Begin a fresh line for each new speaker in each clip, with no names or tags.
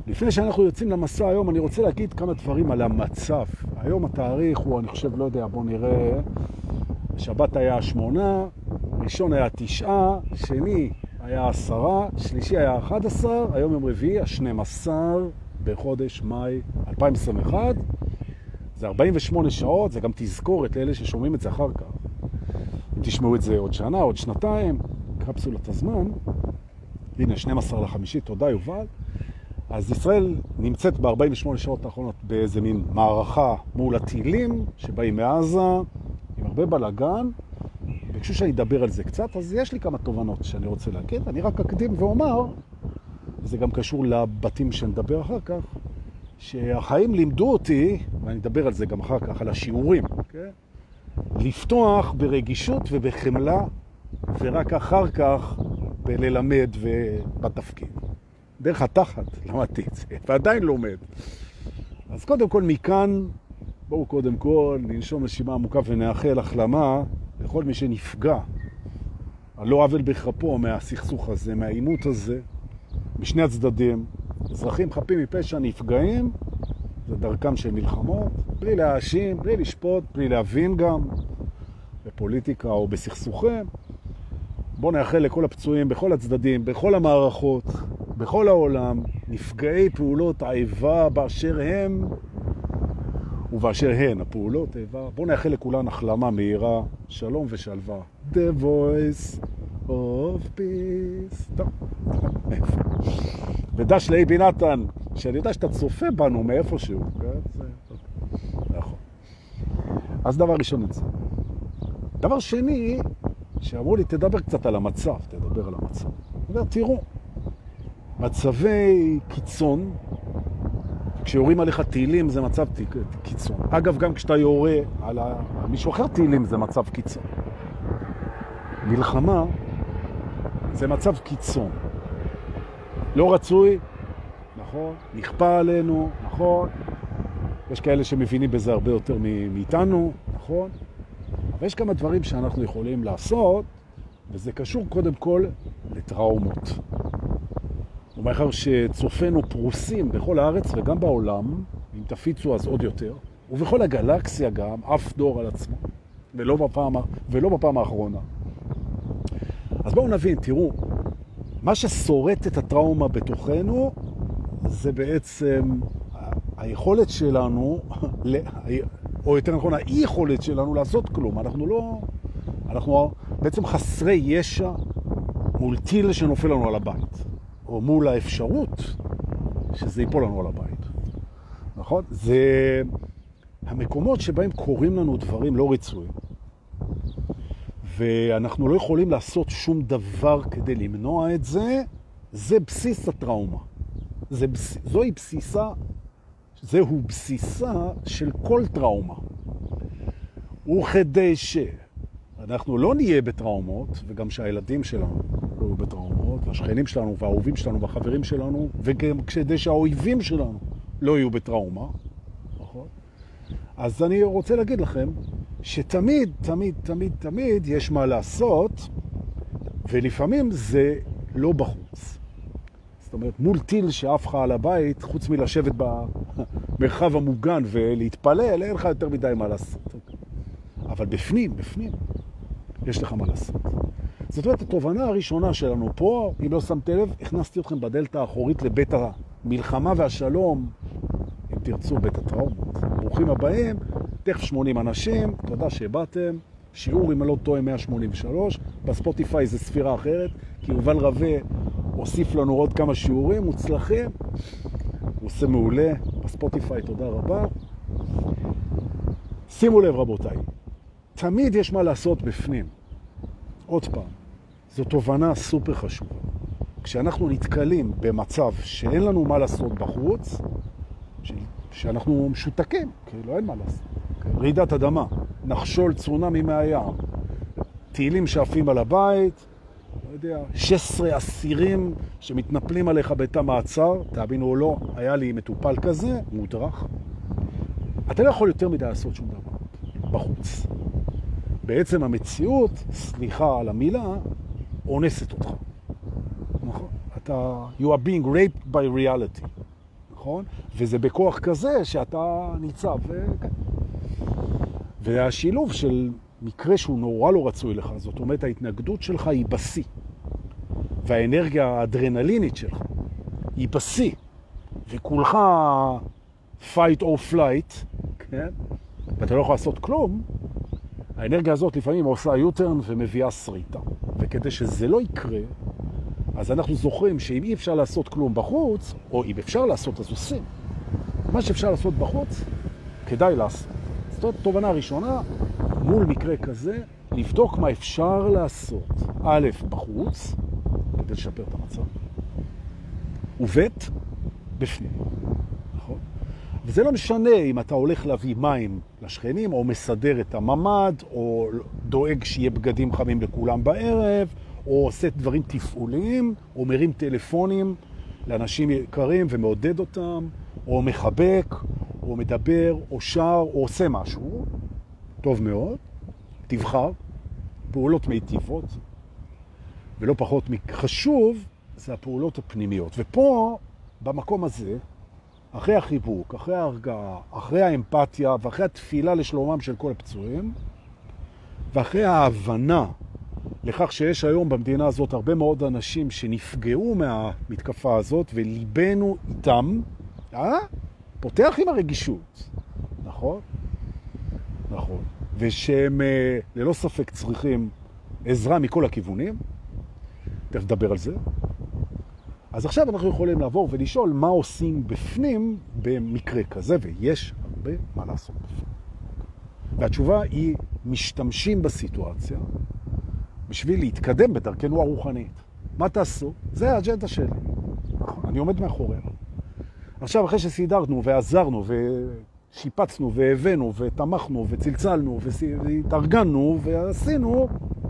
לפני שאנחנו יוצאים למסע היום, אני רוצה להגיד כמה דברים על המצב. היום התאריך הוא, אני חושב, לא יודע, בוא נראה, שבת היה 8, ראשון היה 9, שני היה 10, שלישי היה 11, היום יום רביעי, 12 בחודש מאי 2021. זה 48 שעות, זה גם תזכורת לאלה ששומעים את זה אחר כך. אם תשמעו את זה עוד שנה, עוד שנתיים, קפסולת הזמן. הנה, 12/5, תודה יובל. אז ישראל נמצאת ב-48 שעות האחרונות באיזה מין מערכה מול הטילים שבאים מעזה, עם הרבה בלגן. ביקשו שאני אדבר על זה קצת, אז יש לי כמה תובנות שאני רוצה להגיד. אני רק אקדים ואומר, וזה גם קשור לבתים שנדבר אחר כך, שהחיים לימדו אותי, ואני אדבר על זה גם אחר כך, על השיעורים, לפתוח ברגישות ובחמלה, ורק אחר כך בללמד ובתפקיד. דרך התחת למדתי את זה, ועדיין לומד. אז קודם כל מכאן, בואו קודם כל ננשום נשימה עמוקה ונאחל החלמה לכל מי שנפגע, על לא עוול בכפו מהסכסוך הזה, מהאימות הזה, משני הצדדים. אזרחים חפים מפשע נפגעים, זה דרכם של מלחמות, בלי להאשים, בלי לשפוט, בלי להבין גם, בפוליטיקה או בסכסוכים. בואו נאחל לכל הפצועים, בכל הצדדים, בכל המערכות, בכל העולם, נפגעי פעולות האיבה באשר הם ובאשר הן, הפעולות איבה. בואו נאחל לכולן החלמה מהירה, שלום ושלווה. The voice of peace. טוב, ודש לאיבי נתן, שאני יודע שאתה צופה בנו מאיפשהו. נכון. אז דבר ראשון את זה. דבר שני, שאמרו לי, תדבר קצת על המצב, תדבר על המצב. תראו, מצבי קיצון, כשיורים עליך טילים זה מצב קיצון. אגב, גם כשאתה יורה על מישהו אחר טילים זה מצב קיצון. מלחמה זה מצב קיצון. לא רצוי, נכון? נכפה עלינו, נכון? יש כאלה שמבינים בזה הרבה יותר מאיתנו, נכון? אבל יש כמה דברים שאנחנו יכולים לעשות, וזה קשור קודם כל לטראומות. ומאחר שצופנו פרוסים בכל הארץ וגם בעולם, אם תפיצו אז עוד יותר, ובכל הגלקסיה גם, אף דור על עצמו, ולא בפעם האחרונה. אז בואו נבין, תראו, מה ששורט את הטראומה בתוכנו, זה בעצם היכולת שלנו, או יותר נכון, האי-יכולת שלנו לעשות כלום. אנחנו בעצם חסרי ישע מול טיל שנופל לנו על הבית. או מול האפשרות שזה ייפול לנו על הבית. נכון? זה המקומות שבהם קורים לנו דברים לא רצויים. ואנחנו לא יכולים לעשות שום דבר כדי למנוע את זה. זה בסיס הטראומה. זהו בסיסה של כל טראומה. וכדי שאנחנו לא נהיה בטראומות, וגם שהילדים שלנו לא יהיו בטראומות, והשכנים שלנו והאהובים שלנו והחברים שלנו, וגם כדי שהאויבים שלנו לא יהיו בטראומה, נכון? אז אני רוצה להגיד לכם שתמיד, תמיד, תמיד, תמיד יש מה לעשות, ולפעמים זה לא בחוץ. זאת אומרת, מול טיל שאף לך על הבית, חוץ מלשבת במרחב המוגן ולהתפלל, אין לך יותר מדי מה לעשות. אבל בפנים, יש לך מה לעשות. זאת אומרת, התובנה הראשונה שלנו פה, אם לא שמתם לב, הכנסתי אתכם בדלת האחורית לבית המלחמה והשלום, אם תרצו, בית הטראומות. ברוכים הבאים, תכף 80 אנשים, תודה שבאתם. שיעור, אם לא טועה, 183. בספוטיפיי זה ספירה אחרת, כי יובל רווה הוסיף לנו עוד כמה שיעורים מוצלחים. הוא עושה מעולה. בספוטיפיי, תודה רבה. שימו לב, רבותיי. תמיד יש מה לעשות בפנים. עוד פעם, זו תובנה סופר חשובה. כשאנחנו נתקלים במצב שאין לנו מה לעשות בחוץ, שאנחנו משותקים, כאילו אין מה לעשות. רעידת אדמה, נחשול צונאמי מהים, טילים שעפים על הבית, לא יודע, 16 אסירים שמתנפלים עליך בית המעצר, תאבינו או לא, היה לי מטופל כזה, מודרך. אתה לא יכול יותר מדי לעשות שום דבר בחוץ. בעצם המציאות, סליחה על המילה, אונסת אותך. נכון? you are being raped by reality. נכון? וזה בכוח כזה שאתה ניצב. והשילוב של מקרה שהוא נורא לא רצוי לך, זאת אומרת, ההתנגדות שלך היא בשיא. והאנרגיה האדרנלינית שלך היא בשיא. וכולך fight or flight, כן? ואתה לא יכול לעשות כלום, האנרגיה הזאת לפעמים עושה U-turn ומביאה שריטה. וכדי שזה לא יקרה, אז אנחנו זוכרים שאם אי אפשר לעשות כלום בחוץ, או אם אפשר לעשות אז עושים. מה שאפשר לעשות בחוץ, כדאי לעשות. זאת תובנה ראשונה, מול מקרה כזה, לבדוק מה אפשר לעשות. א', בחוץ, כדי לשפר את המצב, וב', בפנים. נכון? וזה לא משנה אם אתה הולך להביא מים לשכנים, או מסדר את הממד, או דואג שיהיה בגדים חמים לכולם בערב, או עושה דברים תפעוליים, או מרים טלפונים לאנשים יקרים ומעודד אותם, או מחבק, או מדבר, או שר, או עושה משהו. טוב מאוד. תבחר. פעולות מיטיבות. ולא פחות חשוב, זה הפעולות הפנימיות. ופה, במקום הזה, אחרי החיבוק, אחרי ההרגעה, אחרי האמפתיה, ואחרי התפילה לשלומם של כל הפצועים, ואחרי ההבנה לכך שיש היום במדינה הזאת הרבה מאוד אנשים שנפגעו מהמתקפה הזאת, וליבנו איתם, פותח עם הרגישות, נכון? נכון. ושהם ללא ספק צריכים עזרה מכל הכיוונים, תכף נדבר על זה. אז עכשיו אנחנו יכולים לעבור ולשאול מה עושים בפנים במקרה כזה, ויש הרבה מה לעשות בפנים. והתשובה היא, משתמשים בסיטואציה בשביל להתקדם בדרכנו הרוחנית. מה תעשו? זה האג'נדה שלי. אני עומד מאחוריה. עכשיו, אחרי שסידרנו ועזרנו ושיפצנו והבאנו ותמכנו וצלצלנו והתארגנו ועשינו,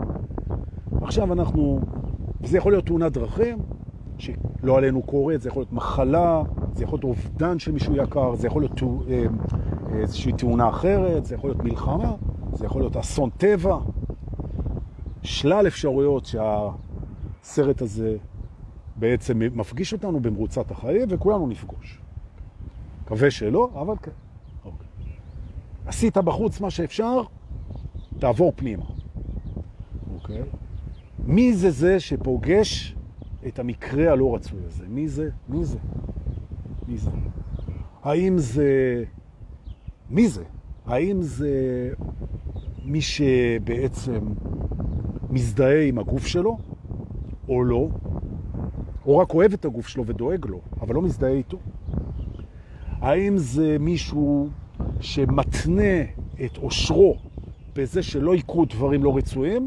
עכשיו אנחנו, וזה יכול להיות תאונת דרכים, שלא עלינו קורית, זה יכול להיות מחלה, זה יכול להיות אובדן של מישהו יקר, זה יכול להיות איזושהי תאונה אחרת, זה יכול להיות מלחמה, זה יכול להיות אסון טבע. שלל אפשרויות שהסרט הזה בעצם מפגיש אותנו במרוצת החיים, וכולנו נפגוש. מקווה שלא, אבל כן. אוקיי. עשית בחוץ מה שאפשר, תעבור פנימה. אוקיי? מי זה זה שפוגש את המקרה הלא רצוי הזה? מי זה? מי זה? מי זה? האם זה... מי זה? האם זה מי שבעצם מזדהה עם הגוף שלו, או לא? או רק אוהב את הגוף שלו ודואג לו, אבל לא מזדהה איתו? האם זה מישהו שמתנה את אושרו בזה שלא יקרו דברים לא רצויים,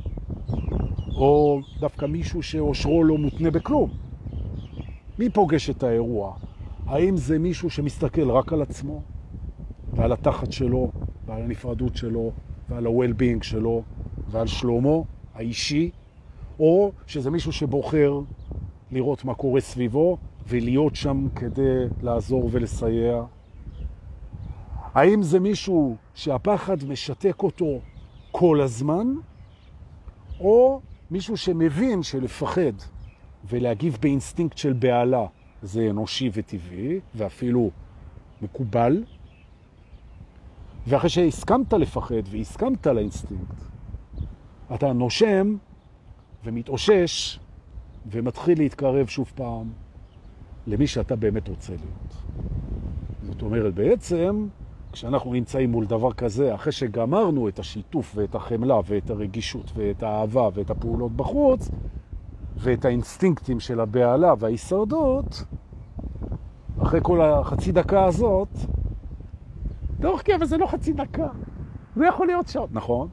או דווקא מישהו שאושרו לא מותנה בכלום? מי פוגש את האירוע? האם זה מישהו שמסתכל רק על עצמו, ועל התחת שלו, ועל הנפרדות שלו, ועל ה-well-being שלו, ועל שלומו האישי, או שזה מישהו שבוחר לראות מה קורה סביבו, ולהיות שם כדי לעזור ולסייע? האם זה מישהו שהפחד משתק אותו כל הזמן, או מישהו שמבין שלפחד ולהגיב באינסטינקט של בעלה זה אנושי וטבעי, ואפילו מקובל, ואחרי שהסכמת לפחד והסכמת לאינסטינקט, אתה נושם ומתאושש ומתחיל להתקרב שוב פעם למי שאתה באמת רוצה להיות. זאת אומרת, בעצם, כשאנחנו נמצאים מול דבר כזה, אחרי שגמרנו את השיתוף ואת החמלה ואת הרגישות ואת האהבה ואת הפעולות בחוץ, ואת האינסטינקטים של הבעלה וההישרדות, אחרי כל החצי דקה הזאת, דורכי, אבל זה לא חצי דקה. זה יכול להיות שעות, נכון?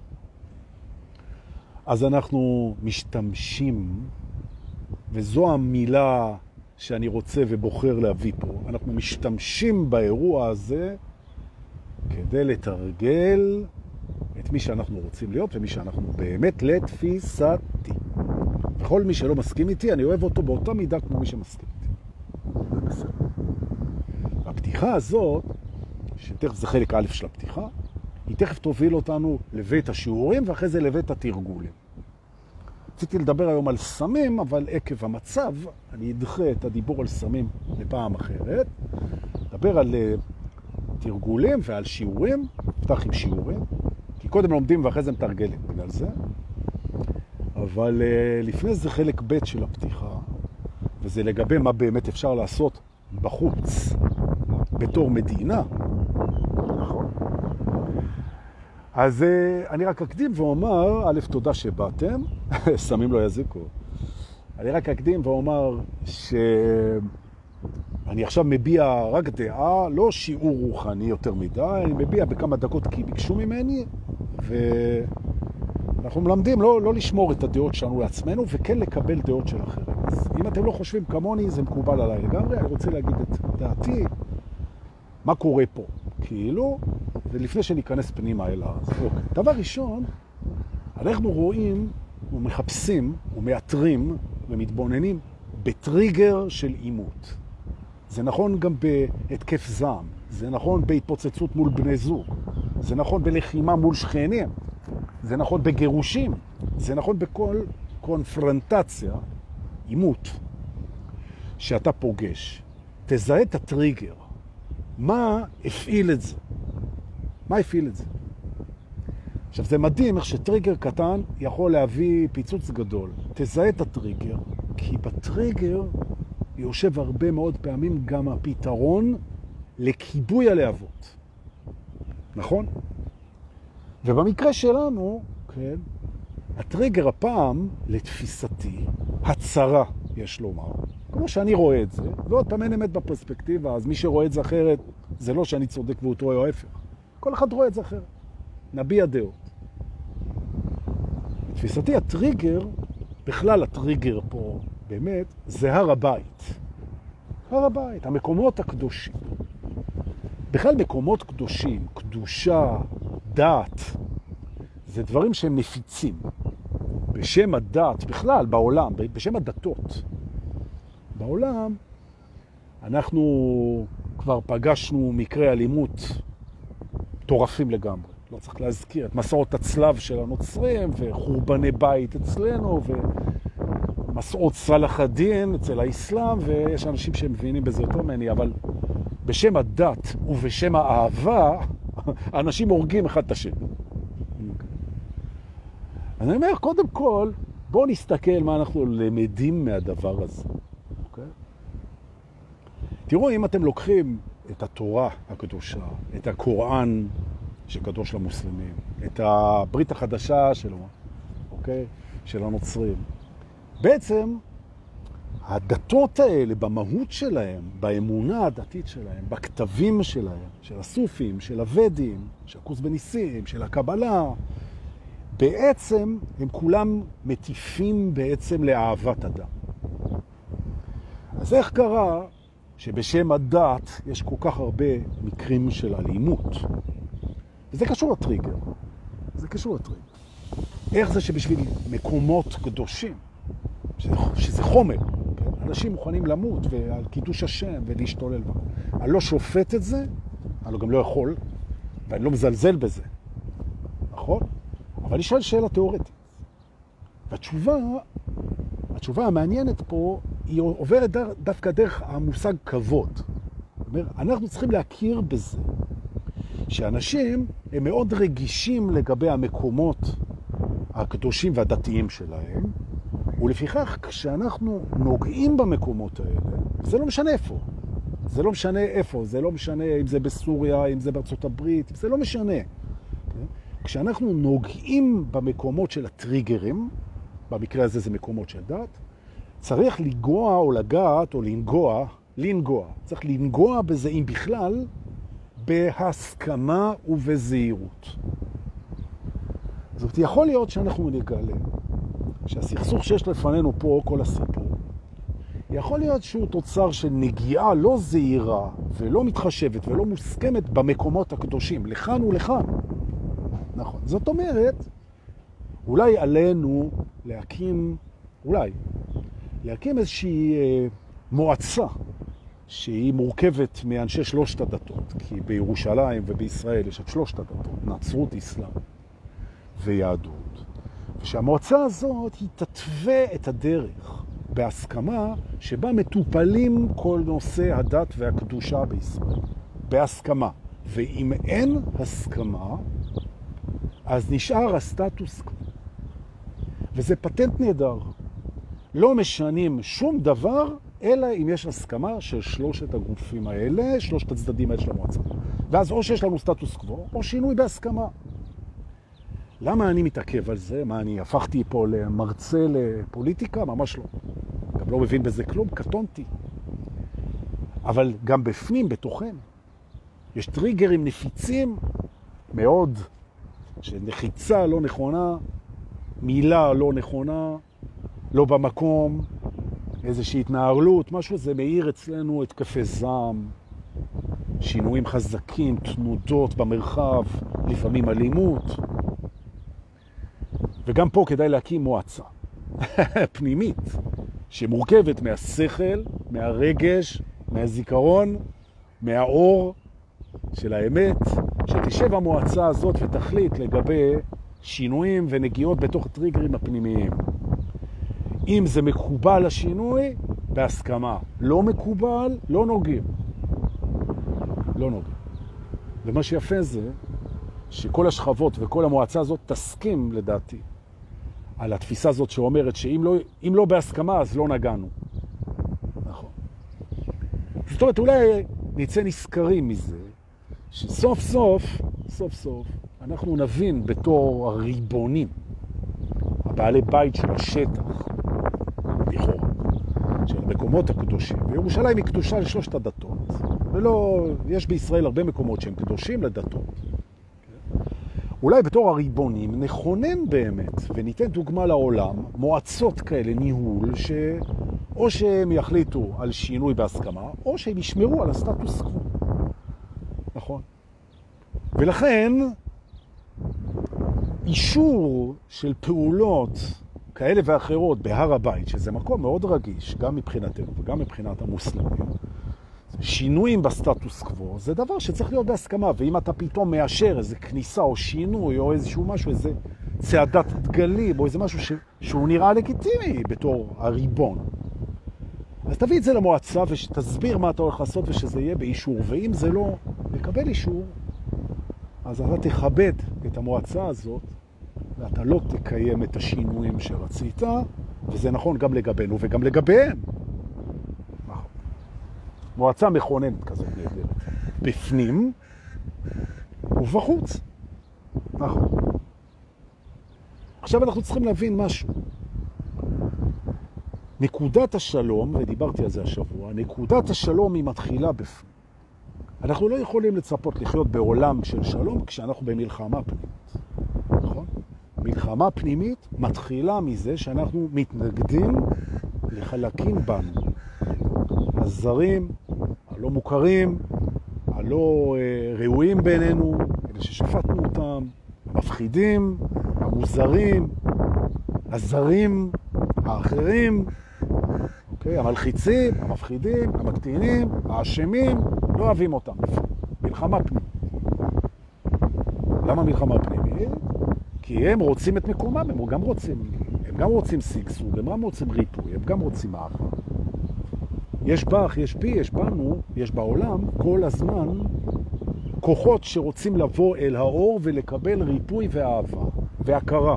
אז אנחנו משתמשים, וזו המילה שאני רוצה ובוחר להביא פה, אנחנו משתמשים באירוע הזה כדי לתרגל את מי שאנחנו רוצים להיות ומי שאנחנו באמת לתפיסתי. וכל מי שלא מסכים איתי, אני אוהב אותו באותה מידה כמו מי שמסכים איתי. זה בסדר. הפתיחה הזאת, שתכף זה חלק א' של הפתיחה, היא תכף תוביל אותנו לבית השיעורים ואחרי זה לבית התרגולים. רציתי לדבר היום על סמים, אבל עקב המצב אני אדחה את הדיבור על סמים לפעם אחרת. נדבר על תרגולים ועל שיעורים, נפתח עם שיעורים, כי קודם לומדים ואחרי זה מתרגלים בגלל זה. אבל לפני זה חלק ב' של הפתיחה, וזה לגבי מה באמת אפשר לעשות בחוץ, בתור מדינה. נכון. אז אני רק אקדים ואומר, א', תודה שבאתם, סמים לא יזיקו. אני רק אקדים ואומר שאני עכשיו מביע רק דעה, לא שיעור רוחני יותר מדי, אני מביע בכמה דקות כי ביקשו ממני, ואנחנו מלמדים לא לשמור את הדעות שלנו לעצמנו, וכן לקבל דעות של אחרים. אז אם אתם לא חושבים כמוני, זה מקובל עליי לגמרי, אני רוצה להגיד את דעתי, מה קורה פה, כאילו, ולפני שניכנס פנימה אל אז. אוקיי. דבר ראשון, אנחנו רואים ומחפשים ומאתרים ומתבוננים בטריגר של אימות. זה נכון גם בהתקף זעם, זה נכון בהתפוצצות מול בני זוג, זה נכון בלחימה מול שכנים, זה נכון בגירושים, זה נכון בכל קונפרנטציה, אימות, שאתה פוגש. תזהה את הטריגר. מה הפעיל את זה? מה הפעיל את זה? עכשיו, זה מדהים איך שטריגר קטן יכול להביא פיצוץ גדול. תזהה את הטריגר, כי בטריגר יושב הרבה מאוד פעמים גם הפתרון לכיבוי הלהבות. נכון? ובמקרה שלנו, כן, הטריגר הפעם, לתפיסתי, הצרה, יש לומר. כמו שאני רואה את זה, ועוד פעם אין אמת בפרספקטיבה, אז מי שרואה את זה אחרת, זה לא שאני צודק והוא טועה או ההפך. כל אחד רואה את זה אחרת. נביע דעות. בתפיסתי, הטריגר, בכלל הטריגר פה, באמת, זה הר הבית. הר הבית, המקומות הקדושים. בכלל מקומות קדושים, קדושה, דת, זה דברים שהם נפיצים. בשם הדת, בכלל, בעולם, בשם הדתות. בעולם, אנחנו כבר פגשנו מקרי אלימות טורפים לגמרי. לא צריך להזכיר את מסעות הצלב של הנוצרים, וחורבני בית אצלנו, ומסעות סלאח א-דין אצל האסלאם, ויש אנשים שמבינים בזה יותר ממני, אבל בשם הדת ובשם האהבה, אנשים הורגים אחד את השני. אני אומר, קודם כל, בואו נסתכל מה אנחנו למדים מהדבר הזה. אוקיי? תראו, אם אתם לוקחים את התורה הקדושה, את הקוראן שקדוש למוסלמים, את הברית החדשה שלו, אוקיי? של הנוצרים. בעצם, הדתות האלה, במהות שלהם, באמונה הדתית שלהם, בכתבים שלהם, של הסופים, של הוודים, של הקורס בניסים, של הקבלה, בעצם הם כולם מטיפים בעצם לאהבת אדם. אז איך קרה שבשם הדת יש כל כך הרבה מקרים של אלימות? וזה קשור לטריגר. זה קשור לטריגר. איך זה שבשביל מקומות קדושים, שזה חומר, אנשים מוכנים למות ועל קידוש השם ולהשתולל בה. אני לא שופט את זה, אני גם לא יכול, ואני לא מזלזל בזה. נכון? אבל אני שואל שאלה תיאורטית. והתשובה המעניינת פה, היא עוברת דווקא דרך המושג כבוד. זאת אומרת, אנחנו צריכים להכיר בזה, שאנשים הם מאוד רגישים לגבי המקומות הקדושים והדתיים שלהם, ולפיכך כשאנחנו נוגעים במקומות האלה, זה לא משנה איפה. זה לא משנה איפה, זה לא משנה אם זה בסוריה, אם זה בארצות הברית, זה לא משנה. כשאנחנו נוגעים במקומות של הטריגרים, במקרה הזה זה מקומות של דת, צריך לגוע או לגעת או לנגוע. צריך לנגוע בזה, אם בכלל, בהסכמה ובזהירות. זאת יכול להיות שאנחנו נגלה שהסכסוך שיש לפנינו פה, כל הסיפור, יכול להיות שהוא תוצר של נגיעה לא זהירה ולא מתחשבת ולא מוסכמת במקומות הקדושים, לכאן ולכאן. נכון. זאת אומרת, אולי עלינו להקים איזושהי מועצה שהיא מורכבת מאנשי שלושת הדתות, כי בירושלים ובישראל יש את שלושת הדתות, נצרות, אסלאם ויהדות. ושהמועצה הזאת היא תתווה את הדרך בהסכמה שבה מטופלים כל נושא הדת והקדושה בישראל. בהסכמה. ואם אין הסכמה, אז נשאר הסטטוס קוו. וזה פטנט נהדר. לא משנים שום דבר, אלא אם יש הסכמה של שלושת הגופים האלה, שלושת הצדדים האלה של המועצה. ואז או שיש לנו סטטוס קוו, או שינוי בהסכמה. למה אני מתעכב על זה? מה, אני הפכתי פה למרצה לפוליטיקה? ממש לא. גם לא מבין בזה כלום, קטונתי. אבל גם בפנים, בתוכם, יש טריגרים נפיצים מאוד, שנחיצה לא נכונה, מילה לא נכונה, לא במקום, איזושהי התנהלות, משהו זה מאיר אצלנו את קפה זעם, שינויים חזקים, תנודות במרחב, לפעמים אלימות. וגם פה כדאי להקים מועצה פנימית, שמורכבת מהשכל, מהרגש, מהזיכרון, מהאור של האמת, שתשב המועצה הזאת ותחליט לגבי שינויים ונגיעות בתוך הטריגרים הפנימיים. אם זה מקובל השינוי, בהסכמה. לא מקובל, לא נוגעים. לא נוגעים. ומה שיפה זה שכל השכבות וכל המועצה הזאת תסכים, לדעתי, על התפיסה הזאת שאומרת שאם לא בהסכמה, אז לא נגענו. נכון. זאת אומרת, אולי נצא נזכרים מזה, שסוף סוף, אנחנו נבין בתור הריבונים, הבעלי בית של השטח, לכאורה, של המקומות הקדושים. וירושלים היא קדושה לשלושת הדתות, ולא, יש בישראל הרבה מקומות שהם קדושים לדתות. אולי בתור הריבונים נכונן באמת, וניתן דוגמה לעולם, מועצות כאלה, ניהול, או שהם יחליטו על שינוי בהסכמה, או שהם ישמרו על הסטטוס קוו. נכון? ולכן, אישור של פעולות כאלה ואחרות בהר הבית, שזה מקום מאוד רגיש, גם מבחינתנו וגם מבחינת המוסלמים, שינויים בסטטוס קוו, זה דבר שצריך להיות בהסכמה, ואם אתה פתאום מאשר איזה כניסה או שינוי או איזשהו משהו, איזה צעדת דגלים או איזה משהו שהוא נראה לגיטימי בתור הריבון, אז תביא את זה למועצה ותסביר מה אתה הולך לעשות ושזה יהיה באישור, ואם זה לא לקבל אישור, אז אתה תכבד את המועצה הזאת ואתה לא תקיים את השינויים שרצית, וזה נכון גם לגבינו וגם לגביהם. מועצה מכוננת כזאת נהדרת, בפנים ובחוץ. נכון. עכשיו אנחנו צריכים להבין משהו. נקודת השלום, ודיברתי על זה השבוע, נקודת השלום היא מתחילה בפנים. אנחנו לא יכולים לצפות לחיות בעולם של שלום כשאנחנו במלחמה פנימית. נכון? מלחמה פנימית מתחילה מזה שאנחנו מתנגדים לחלקים בנו. הזרים, הלא מוכרים, הלא ראויים בינינו, אלה ששפטנו אותם, המפחידים, המוזרים, הזרים, האחרים, אוקיי? המלחיצים, המפחידים, המקטינים, האשמים, לא אוהבים אותם. מלחמה פנימית. למה מלחמה פנימית? כי הם רוצים את מקומם, הם גם רוצים סגסוג, הם גם רוצים ריפוי, הם גם רוצים אהבה. יש בך, יש בי, יש בנו, יש בעולם כל הזמן כוחות שרוצים לבוא אל האור ולקבל ריפוי ואהבה והכרה.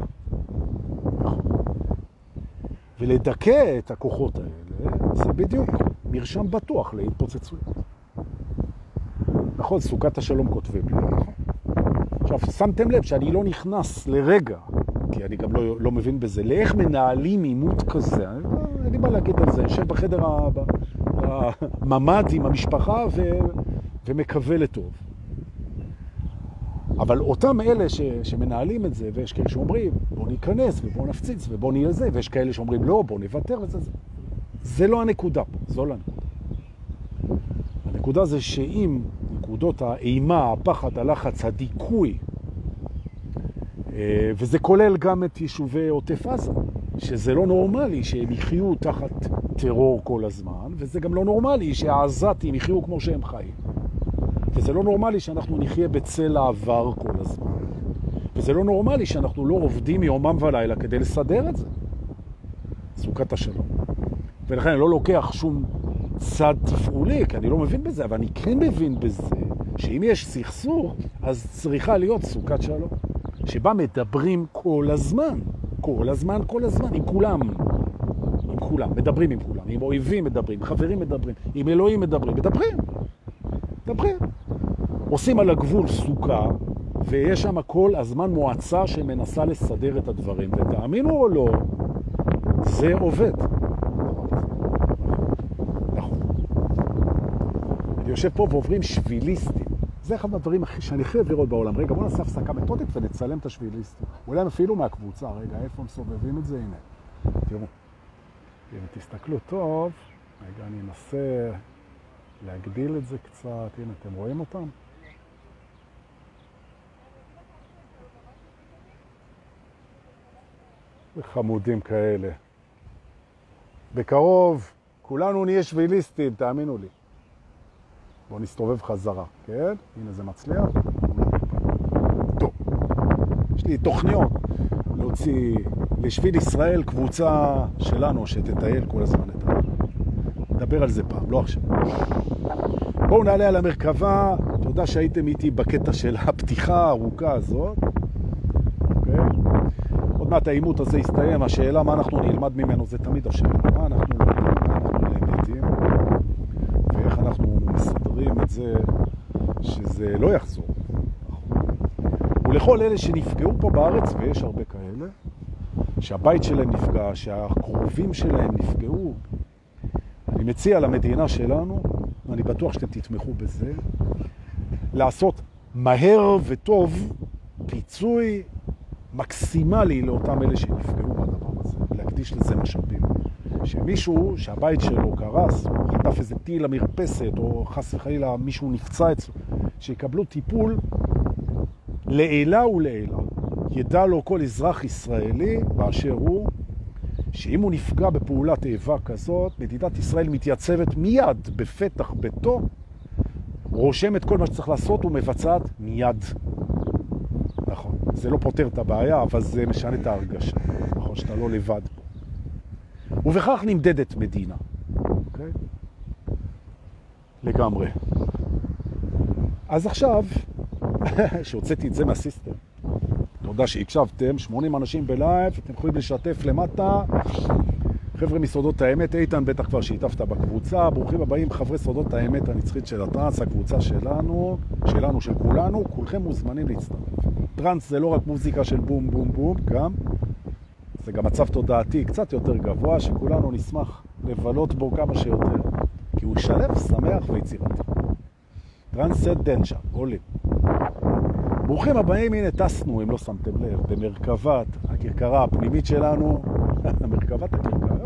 ולדכא את הכוחות האלה, זה בדיוק מרשם בטוח להתפוצצויות. נכון, סוכת השלום כותבים לי, נכון? עכשיו, שמתם לב שאני לא נכנס לרגע, כי אני גם לא מבין בזה, לאיך מנהלים עימות כזה. אין לי מה להגיד על זה, יושב בחדר הממד עם המשפחה ומקווה לטוב. אבל אותם אלה שמנהלים את זה, ויש כאלה שאומרים, בוא ניכנס ובוא נפציץ ובוא נהיה זה, ויש כאלה שאומרים, לא, בוא נוותר וזה. זה לא הנקודה פה, זו לא הנקודה. הנקודה זה שאם נקודות האימה, הפחד, הלחץ, הדיכוי, וזה כולל גם את יישובי עוטף עזה, שזה לא נורמלי שהם יחיו תחת טרור כל הזמן, וזה גם לא נורמלי שהעזתים יחיו כמו שהם חיים. וזה לא נורמלי שאנחנו נחיה בצל העבר כל הזמן. וזה לא נורמלי שאנחנו לא עובדים יומם ולילה כדי לסדר את זה. סוכת השלום. ולכן אני לא לוקח שום צד תפעולי, כי אני לא מבין בזה, אבל אני כן מבין בזה שאם יש סכסוך, אז צריכה להיות סוכת שלום, שבה מדברים כל הזמן, עם כולם. עם כולם, מדברים עם כולם, עם אויבים מדברים, חברים מדברים, עם אלוהים מדברים. עושים על הגבול סוכה, ויש שם כל הזמן מועצה שמנסה לסדר את הדברים, ותאמינו או לא, זה עובד. נכון. אני יושב פה ועוברים שביליסטים. זה אחד מהדברים שאני חייב לראות בעולם. רגע, בוא נעשה הפסקה מתודית ונצלם את השביליסטים. אולי אפילו מהקבוצה. רגע, איפה מסובבים את זה? הנה. תראו. אם תסתכלו טוב, רגע, אני אנסה להגדיל את זה קצת. הנה, אתם רואים אותם? וחמודים כאלה. בקרוב, כולנו נהיה שביליסטים, תאמינו לי. בואו נסתובב חזרה, כן? הנה זה מצליח. טוב. יש לי תוכניות להוציא לשביל ישראל קבוצה שלנו שתטייל כל הזמן את זה. נדבר על זה פעם, לא עכשיו. בואו נעלה על המרכבה. תודה שהייתם איתי בקטע של הפתיחה הארוכה הזאת. אוקיי? עוד מעט האימות הזה יסתיים. השאלה מה אנחנו נלמד ממנו זה תמיד השאלה. מה אנחנו למדים ואיך אנחנו מסדרים את זה שזה לא יחזור. ולכל אלה שנפגעו פה בארץ, ויש הרבה כאלה, שהבית שלהם נפגע, שהקרובים שלהם נפגעו, אני מציע למדינה שלנו, ואני בטוח שאתם תתמכו בזה, לעשות מהר וטוב פיצוי מקסימלי לאותם אלה שנפגעו בדבר הזה, להקדיש לזה משאבים. שמישהו שהבית שלו קרס, או חטף איזה טיל למרפסת, או חס וחלילה מישהו נפצע אצלו, שיקבלו טיפול לעילה ולעילה. ידע לו כל אזרח ישראלי באשר הוא, שאם הוא נפגע בפעולת איבה כזאת, מדינת ישראל מתייצבת מיד בפתח ביתו, רושמת כל מה שצריך לעשות ומבצעת מיד. נכון, זה לא פותר את הבעיה, אבל זה משנה את ההרגשה. נכון, שאתה לא לבד פה. ובכך נמדדת מדינה. אוקיי? לגמרי. אז עכשיו, שהוצאתי את זה מהסיסטם, תודה שהקשבתם, 80 אנשים בלייב, אתם יכולים לשתף למטה. חבר'ה מסודות האמת, איתן בטח כבר שיתפת בקבוצה, ברוכים הבאים חבר'ה סודות האמת הנצחית של הטרנס, הקבוצה שלנו, של כולנו, כולכם מוזמנים להצטרף. טרנס זה לא רק מוזיקה של בום בום בום, גם, זה גם מצב תודעתי קצת יותר גבוה, שכולנו נשמח לבלות בו כמה שיותר, כי הוא שלב, שמח ויצירתי. טרנסדנצ'ה, עולים. ברוכים הבאים, הנה טסנו, אם לא שמתם לב, במרכבת הכרכרה הפנימית שלנו, מרכבת הכרכרה,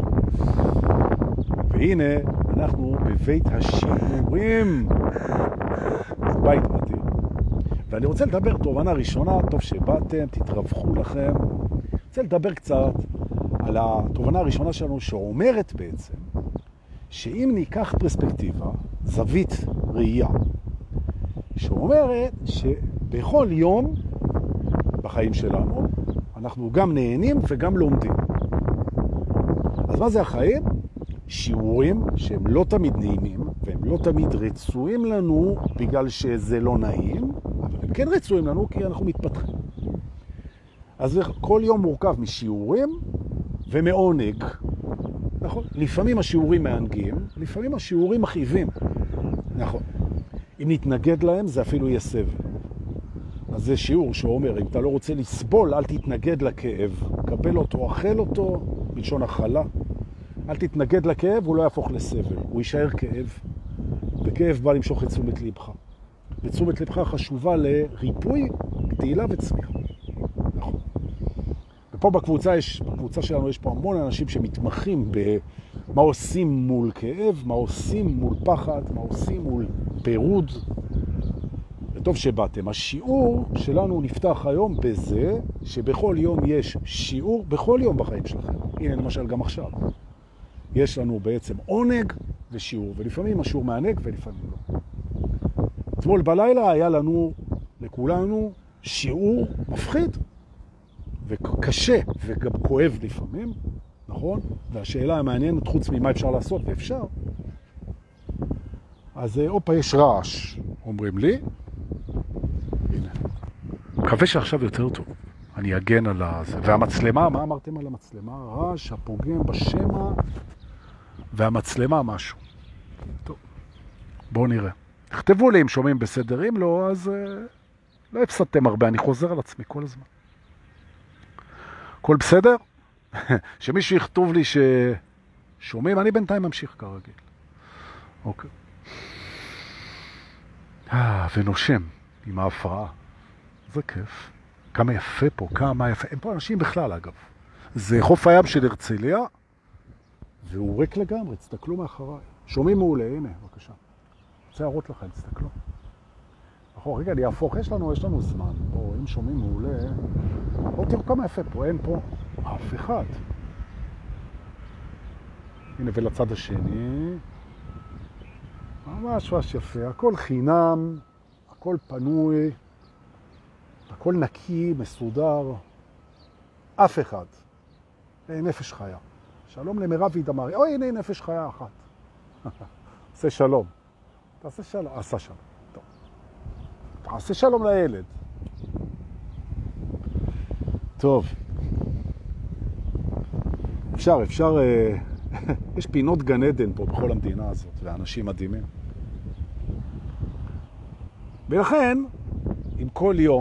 והנה אנחנו בבית השיעורים. זה בית מדהים. ואני רוצה לדבר תובנה ראשונה, טוב שבאתם, תתרווחו לכם. אני רוצה לדבר קצת על התובנה הראשונה שלנו שאומרת בעצם, שאם ניקח פרספקטיבה, זווית ראייה, שאומרת שבכל יום בחיים שלנו אנחנו גם נהנים וגם לומדים. אז מה זה החיים? שיעורים שהם לא תמיד נעימים והם לא תמיד רצויים לנו בגלל שזה לא נעים, אבל הם כן רצויים לנו כי אנחנו מתפתחים. אז כל יום מורכב משיעורים ומעונג. נכון? לפעמים השיעורים מענגים, לפעמים השיעורים מכאיבים. נכון. אם נתנגד להם זה אפילו יהיה סבל. אז זה שיעור שאומר, אם אתה לא רוצה לסבול, אל תתנגד לכאב. קבל אותו, אכל אותו, בלשון אכלה. אל תתנגד לכאב, הוא לא יהפוך לסבל. הוא יישאר כאב. וכאב בא למשוך את תשומת לבך. ותשומת לבך חשובה לריפוי, גדילה וצמיחה. נכון. ופה בקבוצה שלנו יש פה המון אנשים שמתמחים במה עושים מול כאב, מה עושים מול פחד, מה עושים מול פירוד. וטוב שבאתם. השיעור שלנו נפתח היום בזה שבכל יום יש שיעור, בכל יום בחיים שלכם. הנה למשל גם עכשיו. יש לנו בעצם עונג ושיעור, ולפעמים השיעור מענג ולפעמים לא. אתמול בלילה היה לנו, לכולנו, שיעור מפחיד וקשה וגם כואב לפעמים, נכון? והשאלה המעניינת חוץ ממה אפשר לעשות, ואפשר. אז אופה, יש רעש, אומרים לי. הנה. מקווה שעכשיו יותר טוב. אני אגן על זה. והמצלמה, מה אמרתם על המצלמה? רעש, הפוגם בשמה, והמצלמה משהו. טוב, בואו נראה. תכתבו לי אם שומעים בסדר, אם לא, אז לא הפסדתם הרבה, אני חוזר על עצמי כל הזמן. הכל בסדר? שמישהו יכתוב לי ששומעים, אני בינתיים ממשיך כרגיל. אוקיי. ונושם עם ההפרעה. זה כיף. כמה יפה פה, כמה יפה. אין פה אנשים בכלל, אגב. זה חוף הים של הרצליה, והוא ריק לגמרי, תסתכלו מאחריי. שומעים מעולה, הנה, בבקשה. רוצה להראות לכם, תסתכלו. נכון, רגע, אני אהפוך, יש לנו זמן. פה, אם שומעים מעולה, תראו כמה יפה פה, אין פה אף אחד. הנה, ולצד השני, ממש יפה, הכל חינם, הכל פנוי, הכל נקי, מסודר, אף אחד. נפש חיה. שלום למרב וידמרי. אוי, הנה נפש חיה אחת. עשה שלום. תעשה שלום. עשה שלום. טוב. תעשה שלום לילד. טוב. אפשר. יש פינות גן עדן פה בכל המדינה הזאת, ואנשים מדהימים. ולכן, אם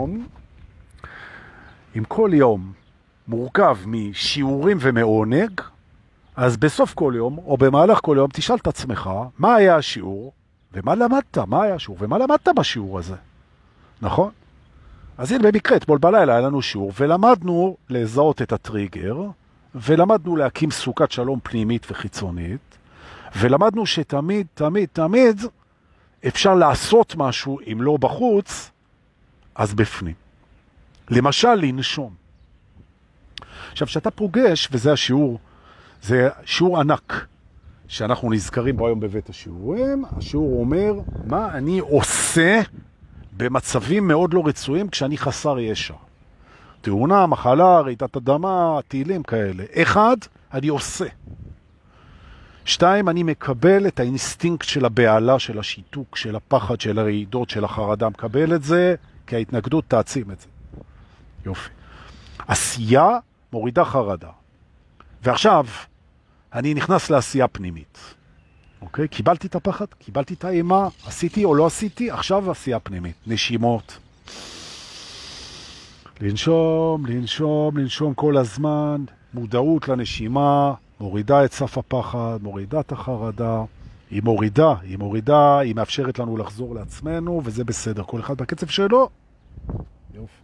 כל יום מורכב משיעורים ומעונג, אז בסוף כל יום, או במהלך כל יום, תשאל את עצמך, מה היה השיעור, ומה למדת, מה היה השיעור, ומה למדת בשיעור הזה. נכון? אז הנה במקרה, אתמול בלילה היה לנו שיעור, ולמדנו לזהות את הטריגר, ולמדנו להקים סוכת שלום פנימית וחיצונית, ולמדנו שתמיד, תמיד, תמיד אפשר לעשות משהו, אם לא בחוץ, אז בפנים. למשל, לנשום. עכשיו, שאתה פוגש, וזה השיעור, זה שיעור ענק, שאנחנו נזכרים בו היום בבית השיעורים, השיעור אומר, מה אני עושה במצבים מאוד לא רצויים כשאני חסר ישע. תאונה, מחלה, רעידת אדמה, טילים כאלה. אחד, אני עושה. 2, אני מקבל את האינסטינקט של הבעלה, של השיתוק, של הפחד, של הרעידות, של החרדה. מקבל את זה, כי ההתנגדות תעצים את זה. יופי. עשייה מורידה חרדה. ועכשיו, אני נכנס לעשייה פנימית. אוקיי? קיבלתי את הפחד, קיבלתי את האימה, עשיתי או לא עשיתי, עכשיו עשייה פנימית. נשימות. לנשום כל הזמן, מודעות לנשימה, מורידה את סף הפחד, מורידה את החרדה, היא מורידה, היא מאפשרת לנו לחזור לעצמנו, וזה בסדר, כל אחד בקצב שלו. יופי.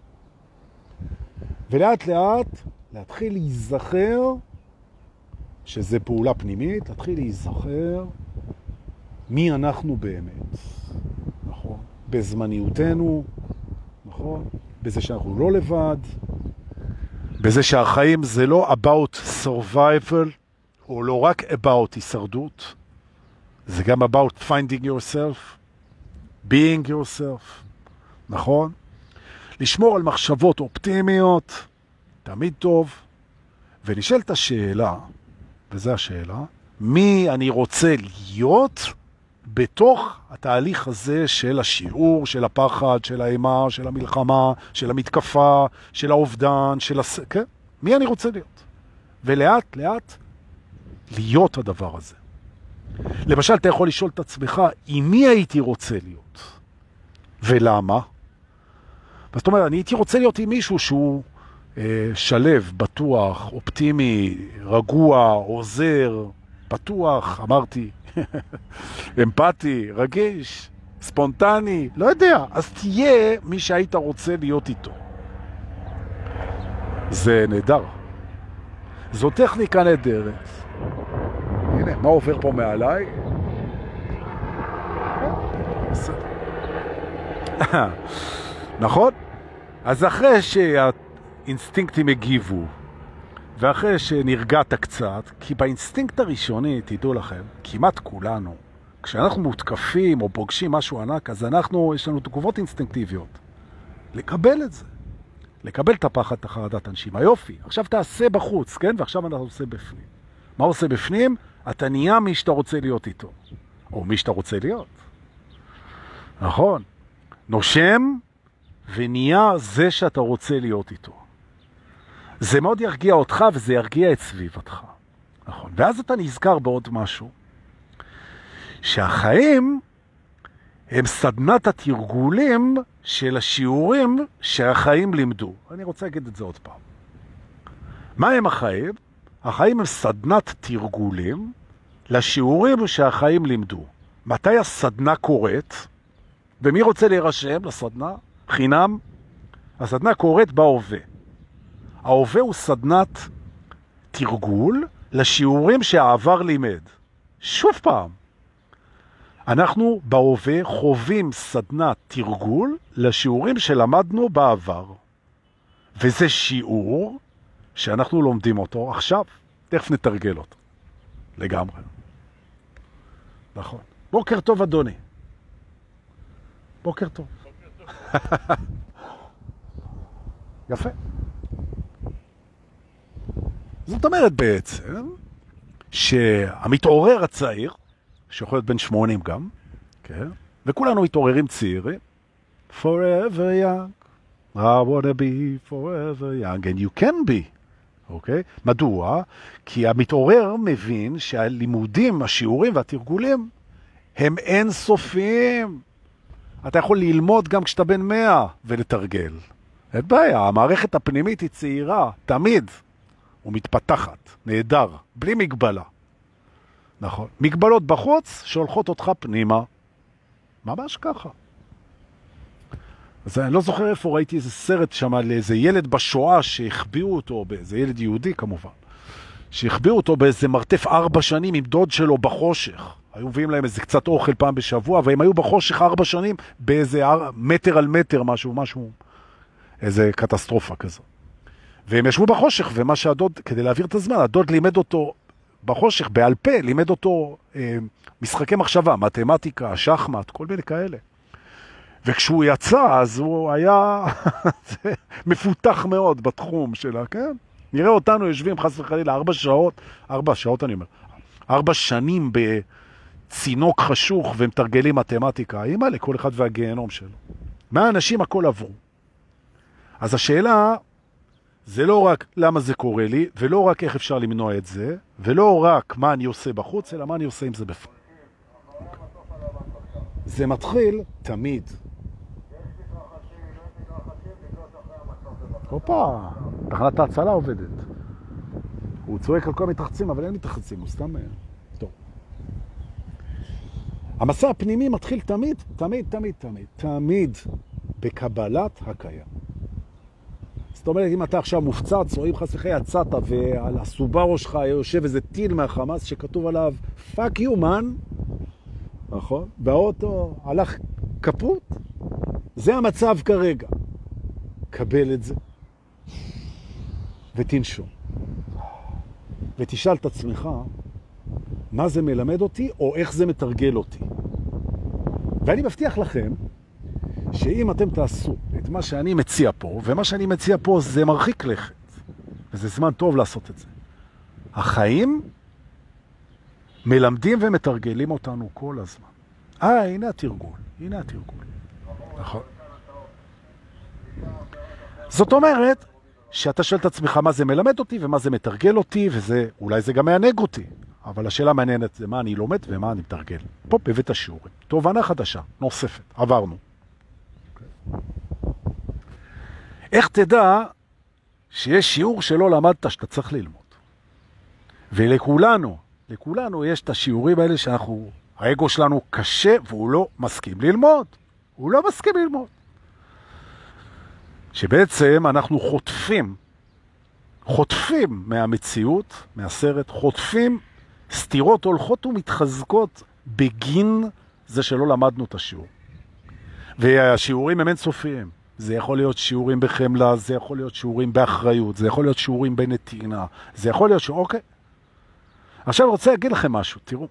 ולאט לאט, להתחיל להיזכר, שזה פעולה פנימית, להתחיל להיזכר מי אנחנו באמת, נכון? בזמניותנו, נכון? בזה שאנחנו לא לבד, בזה שהחיים זה לא about survival, או לא רק about הישרדות, זה גם about finding yourself, being yourself, נכון? לשמור על מחשבות אופטימיות, תמיד טוב, ונשאלת השאלה, וזו השאלה, מי אני רוצה להיות בתוך התהליך הזה של השיעור, של הפחד, של האימה, של המלחמה, של המתקפה, של האובדן, כן? מי אני רוצה להיות? ולאט לאט להיות הדבר הזה. למשל, אתה יכול לשאול את עצמך, עם מי הייתי רוצה להיות? ולמה? זאת אומרת, אני הייתי רוצה להיות עם מישהו שהוא שלב, בטוח, אופטימי, רגוע, עוזר, פתוח, אמרתי, אמפתי, רגיש, ספונטני, לא יודע, אז תהיה מי שהיית רוצה להיות איתו. זה נהדר. זו טכניקה נהדרת. הנה, מה עובר פה מעליי? נכון? אז אחרי שהאינסטינקטים הגיבו, ואחרי שנרגעת קצת, כי באינסטינקט הראשוני, תדעו לכם, כמעט כולנו, כשאנחנו מותקפים או פוגשים משהו ענק, אז יש לנו תגובות אינסטינקטיביות. לקבל את זה. לקבל את הפחד, את החרדת הנשימה. יופי, עכשיו תעשה בחוץ, כן? ועכשיו אנחנו עושה בפנים. מה עושה בפנים? אתה נהיה מי שאתה רוצה להיות איתו. או מי שאתה רוצה להיות. נכון. נושם ונהיה זה שאתה רוצה להיות איתו. זה מאוד ירגיע אותך וזה ירגיע את סביבתך. נכון. ואז אתה נזכר בעוד משהו. שהחיים הם סדנת התרגולים של השיעורים שהחיים לימדו. אני רוצה להגיד את זה עוד פעם. מה הם החיים? החיים הם סדנת תרגולים לשיעורים שהחיים לימדו. מתי הסדנה קורית? ומי רוצה להירשם לסדנה? חינם? הסדנה קורית בהווה. ההווה הוא סדנת תרגול לשיעורים שהעבר לימד. שוב פעם. אנחנו בהווה חווים סדנת תרגול לשיעורים שלמדנו בעבר. וזה שיעור שאנחנו לומדים אותו עכשיו. תכף נתרגל אותו. לגמרי. נכון. בוקר טוב, אדוני. בוקר טוב. יפה. זאת אומרת בעצם שהמתעורר הצעיר, שיכול להיות בן 80 גם, כן? וכולנו מתעוררים צעירים, forever young, I wanna be forever young, and you can be, אוקיי? מדוע? כי המתעורר מבין שהלימודים, השיעורים והתרגולים הם אינסופיים. אתה יכול ללמוד גם כשאתה בן 100 ולתרגל. אין בעיה, המערכת הפנימית היא צעירה, תמיד, ומתפתחת, נהדר, בלי מגבלה. נכון. מגבלות בחוץ שהולכות אותך פנימה. ממש ככה. אז אני לא זוכר איפה ראיתי איזה סרט שם על איזה ילד בשואה שהחביאו אותו, באיזה ילד יהודי כמובן, שהחביאו אותו באיזה מרתף 4 שנים עם דוד שלו בחושך. היו מביאים להם איזה קצת אוכל פעם בשבוע, והם היו בחושך 4 שנים באיזה מטר על מטר, משהו, איזה קטסטרופה כזו. והם ישבו בחושך, ומה שהדוד, כדי להעביר את הזמן, הדוד לימד אותו בחושך, בעל פה, לימד אותו משחקי מחשבה, מתמטיקה, שחמט, כל מיני כאלה. וכשהוא יצא, אז הוא היה מפותח מאוד בתחום שלה, כן? נראה אותנו יושבים חס וחלילה 4 שעות אני אומר, 4 שנים בצינוק חשוך ומתרגלים מתמטיקה, אימא לכל אחד והגיהנום שלו. מה האנשים הכל עברו? אז השאלה, זה לא רק למה זה קורה לי, ולא רק איך אפשר למנוע את זה, ולא רק מה אני עושה בחוץ, אלא מה אני עושה עם זה בפנים. זה מתחיל תמיד. הופה, תחנת ההצלה עובדת. הוא צועק על כל מתרחצים, אבל אין מתרחצים, הוא סתם... טוב. המסע הפנימי מתחיל תמיד בקבלת הקיים. זאת אומרת, אם אתה עכשיו מופצץ, או אם חס וחלילה יצאת, ועל הסובארו שלך יושב איזה טיל מהחמאס שכתוב עליו, fuck you man, נכון? והאוטו הלך כפות, זה המצב כרגע. קבל את זה, ותנשום. ותשאל את עצמך, מה זה מלמד אותי, או איך זה מתרגל אותי. ואני מבטיח לכם, שאם אתם תעשו את מה שאני מציע פה, ומה שאני מציע פה זה מרחיק לכת, וזה זמן טוב לעשות את זה. החיים מלמדים ומתרגלים אותנו כל הזמן. הנה התרגול. נכון. זאת אומרת, שאתה שואל את עצמך מה זה מלמד אותי ומה זה מתרגל אותי, אולי זה גם מענג אותי. אבל השאלה מעניינת זה מה אני לומד ומה אני מתרגל. פה בבית השיעורים. תובנה חדשה, נוספת, עברנו. איך תדע שיש שיעור שלא למדת שאתה צריך ללמוד? ולכולנו יש את השיעורים האלה האגו שלנו קשה והוא לא מסכים ללמוד. שבעצם אנחנו חוטפים מהמציאות, מהסרט, חוטפים סתירות הולכות ומתחזקות בגין זה שלא למדנו את השיעור. והשיעורים הם אינסופיים. זה יכול להיות שיעורים בחמלה, זה יכול להיות שיעורים באחריות, זה יכול להיות שיעורים בנתינה, זה יכול להיות אוקיי. עכשיו אני רוצה להגיד לכם משהו, תראו.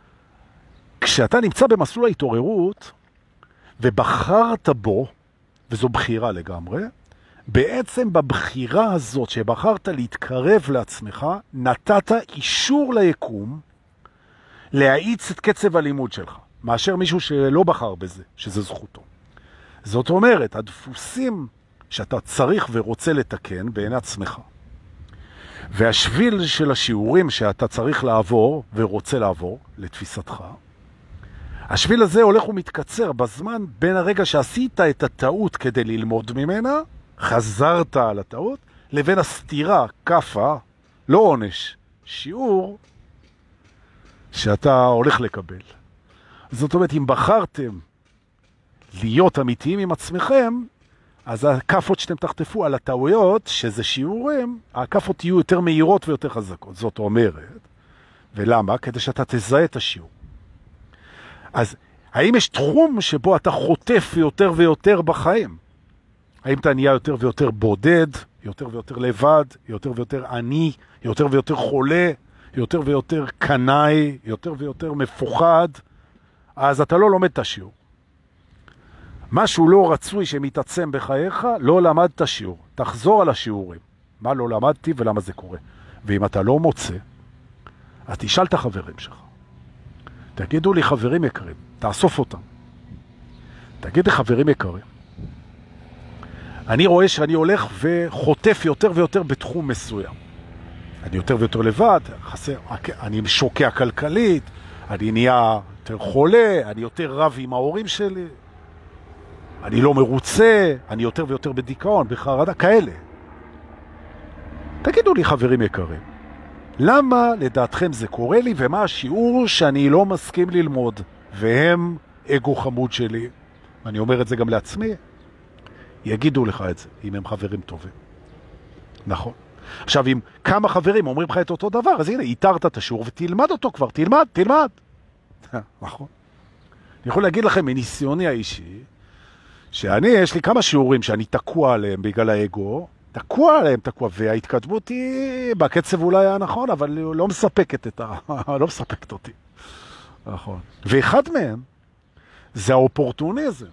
כשאתה נמצא במסלול ההתעוררות, ובחרת בו, וזו בחירה לגמרי, בעצם בבחירה הזאת שבחרת להתקרב לעצמך, נתת אישור ליקום להאיץ את קצב הלימוד שלך, מאשר מישהו שלא בחר בזה, שזה זכותו. זאת אומרת, הדפוסים שאתה צריך ורוצה לתקן בעיני עצמך, והשביל של השיעורים שאתה צריך לעבור ורוצה לעבור, לתפיסתך, השביל הזה הולך ומתקצר בזמן בין הרגע שעשית את הטעות כדי ללמוד ממנה, חזרת על הטעות, לבין הסתירה, קפה, לא עונש, שיעור שאתה הולך לקבל. זאת אומרת, אם בחרתם להיות אמיתיים עם עצמכם, אז הקפות שאתם תחטפו על הטעויות, שזה שיעורים, הקפות יהיו יותר מהירות ויותר חזקות. זאת אומרת, ולמה? כדי שאתה תזהה את השיעור. אז האם יש תחום שבו אתה חוטף יותר ויותר בחיים? האם אתה נהיה יותר ויותר בודד, יותר ויותר לבד, יותר ויותר עני, יותר ויותר חולה, יותר ויותר קנאי, יותר ויותר מפוחד? אז אתה לא לומד את השיעור. משהו לא רצוי שמתעצם בחייך, לא למדת שיעור. תחזור על השיעורים. מה לא למדתי ולמה זה קורה. ואם אתה לא מוצא, אז תשאל את החברים שלך. תגידו לי, חברים יקרים, תאסוף אותם. תגיד לי, חברים יקרים, אני רואה שאני הולך וחוטף יותר ויותר בתחום מסוים. אני יותר ויותר לבד, אני שוקע כלכלית, אני נהיה יותר חולה, אני יותר רב עם ההורים שלי, אני לא מרוצה, אני יותר ויותר בדיכאון, בחרדה, כאלה. תגידו לי, חברים יקרים, למה לדעתכם זה קורה לי, ומה השיעור שאני לא מסכים ללמוד, והם אגו חמוד שלי, אני אומר את זה גם לעצמי, יגידו לך את זה, אם הם חברים טובים. נכון. עכשיו, אם כמה חברים אומרים לך את אותו דבר, אז הנה, איתרת את השיעור ותלמד אותו כבר, תלמד. נכון. אני יכול להגיד לכם מניסיוני האישי, יש לי כמה שיעורים שאני תקוע עליהם בגלל האגו, תקוע, וההתקדמות היא בקצב אולי היה נכון, אבל לא מספקת לא מספקת אותי. נכון. ואחד מהם זה האופורטוניזם.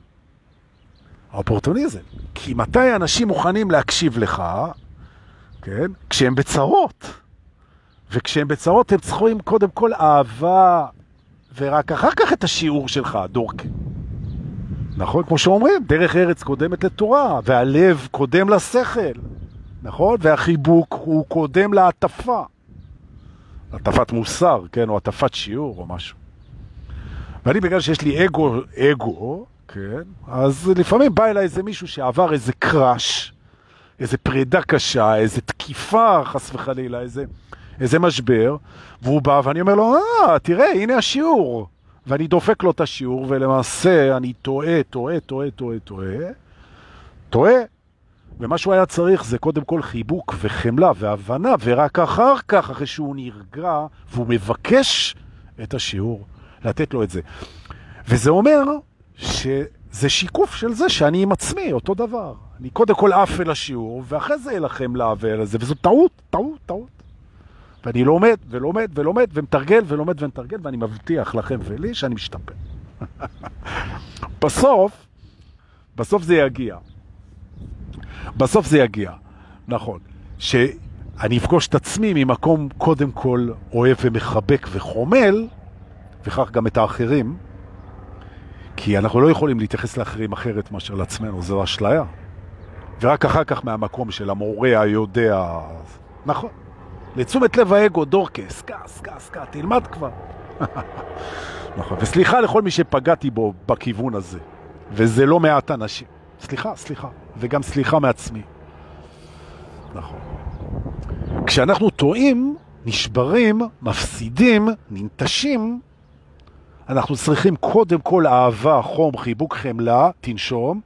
כי מתי אנשים מוכנים להקשיב לך, כן? כשהם בצרות. וכשהם בצרות הם צריכים קודם כל אהבה, ורק אחר כך את השיעור שלך, דורק. נכון? כמו שאומרים, דרך ארץ קודמת לתורה, והלב קודם לשכל. נכון? והחיבוק הוא קודם לעטפה. עטפת מוסר, כן? או עטפת שיעור או משהו. ואני בגלל שיש לי אגו, כן? אז לפעמים בא אליי איזה מישהו שעבר איזה קראש, איזה פרידה קשה, איזה תקיפה חס וחלילה, איזה משבר, והוא בא ואני אומר לו, תראה, הנה השיעור. ואני דופק לו את השיעור, ולמעשה אני טועה. ומה שהוא היה צריך זה קודם כל חיבוק וחמלה והבנה, ורק אחר כך, אחרי שהוא נרגע, והוא מבקש את השיעור, לתת לו את זה. וזה אומר שזה שיקוף של זה שאני עם עצמי, אותו דבר. אני קודם כל אף אל השיעור, ואחרי זה אלכם לעבר לזה, וזו טעות. ואני לומד, ומתרגל, ואני מבטיח לכם ולי שאני משתפר. בסוף זה יגיע. נכון. שאני אפגוש את עצמי ממקום קודם כל אוהב ומחבק וחומל, וכך גם את האחרים, כי אנחנו לא יכולים להתייחס לאחרים אחרת מאשר לעצמנו, זו אשליה. ורק אחר כך מהמקום של המורה היודע, נכון. לתשומת לב האגו, דורקה, סקה, תלמד כבר. נכון, וסליחה לכל מי שפגעתי בו בכיוון הזה, וזה לא מעט אנשים. סליחה, וגם סליחה מעצמי. נכון. כשאנחנו טועים, נשברים, מפסידים, ננטשים, אנחנו צריכים קודם כל אהבה, חום, חיבוק, חמלה, תנשום,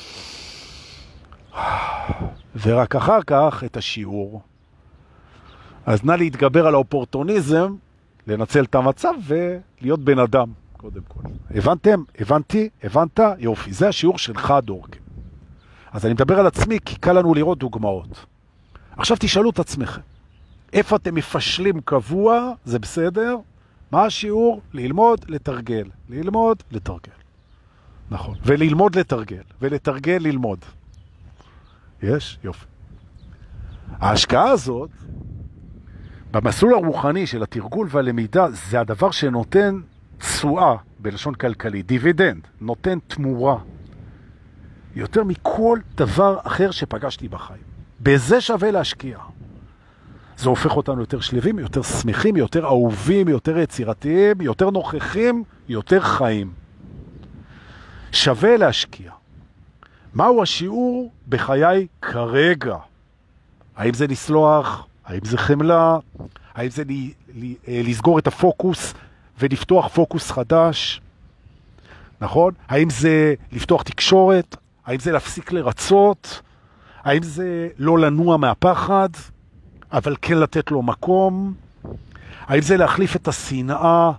ורק אחר כך את השיעור. אז נא להתגבר על האופורטוניזם, לנצל את המצב ולהיות בן אדם, קודם כל. הבנתם? הבנת? יופי. זה השיעור שלך, דורק. אז אני מדבר על עצמי, כי קל לנו לראות דוגמאות. עכשיו תשאלו את עצמכם. איפה אתם מפשלים קבוע? זה בסדר? מה השיעור? ללמוד, לתרגל. נכון. וללמוד לתרגל, ולתרגל ללמוד. יש? יופי. ההשקעה הזאת, במסלול הרוחני של התרגול והלמידה, זה הדבר שנותן תשואה, בלשון כלכלי, דיבידנד, נותן תמורה, יותר מכל דבר אחר שפגשתי בחיים. בזה שווה להשקיע. זה הופך אותנו יותר שלבים, יותר שמחים, יותר אהובים, יותר יצירתיים, יותר נוכחים, יותר חיים. שווה להשקיע. מהו השיעור בחיי כרגע? האם זה לסלוח? האם זה חמלה? האם זה לסגור את הפוקוס ולפתוח פוקוס חדש? נכון? האם זה לפתוח תקשורת? האם זה להפסיק לרצות? האם זה לא לנוע מהפחד, אבל כן לתת לו מקום? האם זה להחליף את השנאה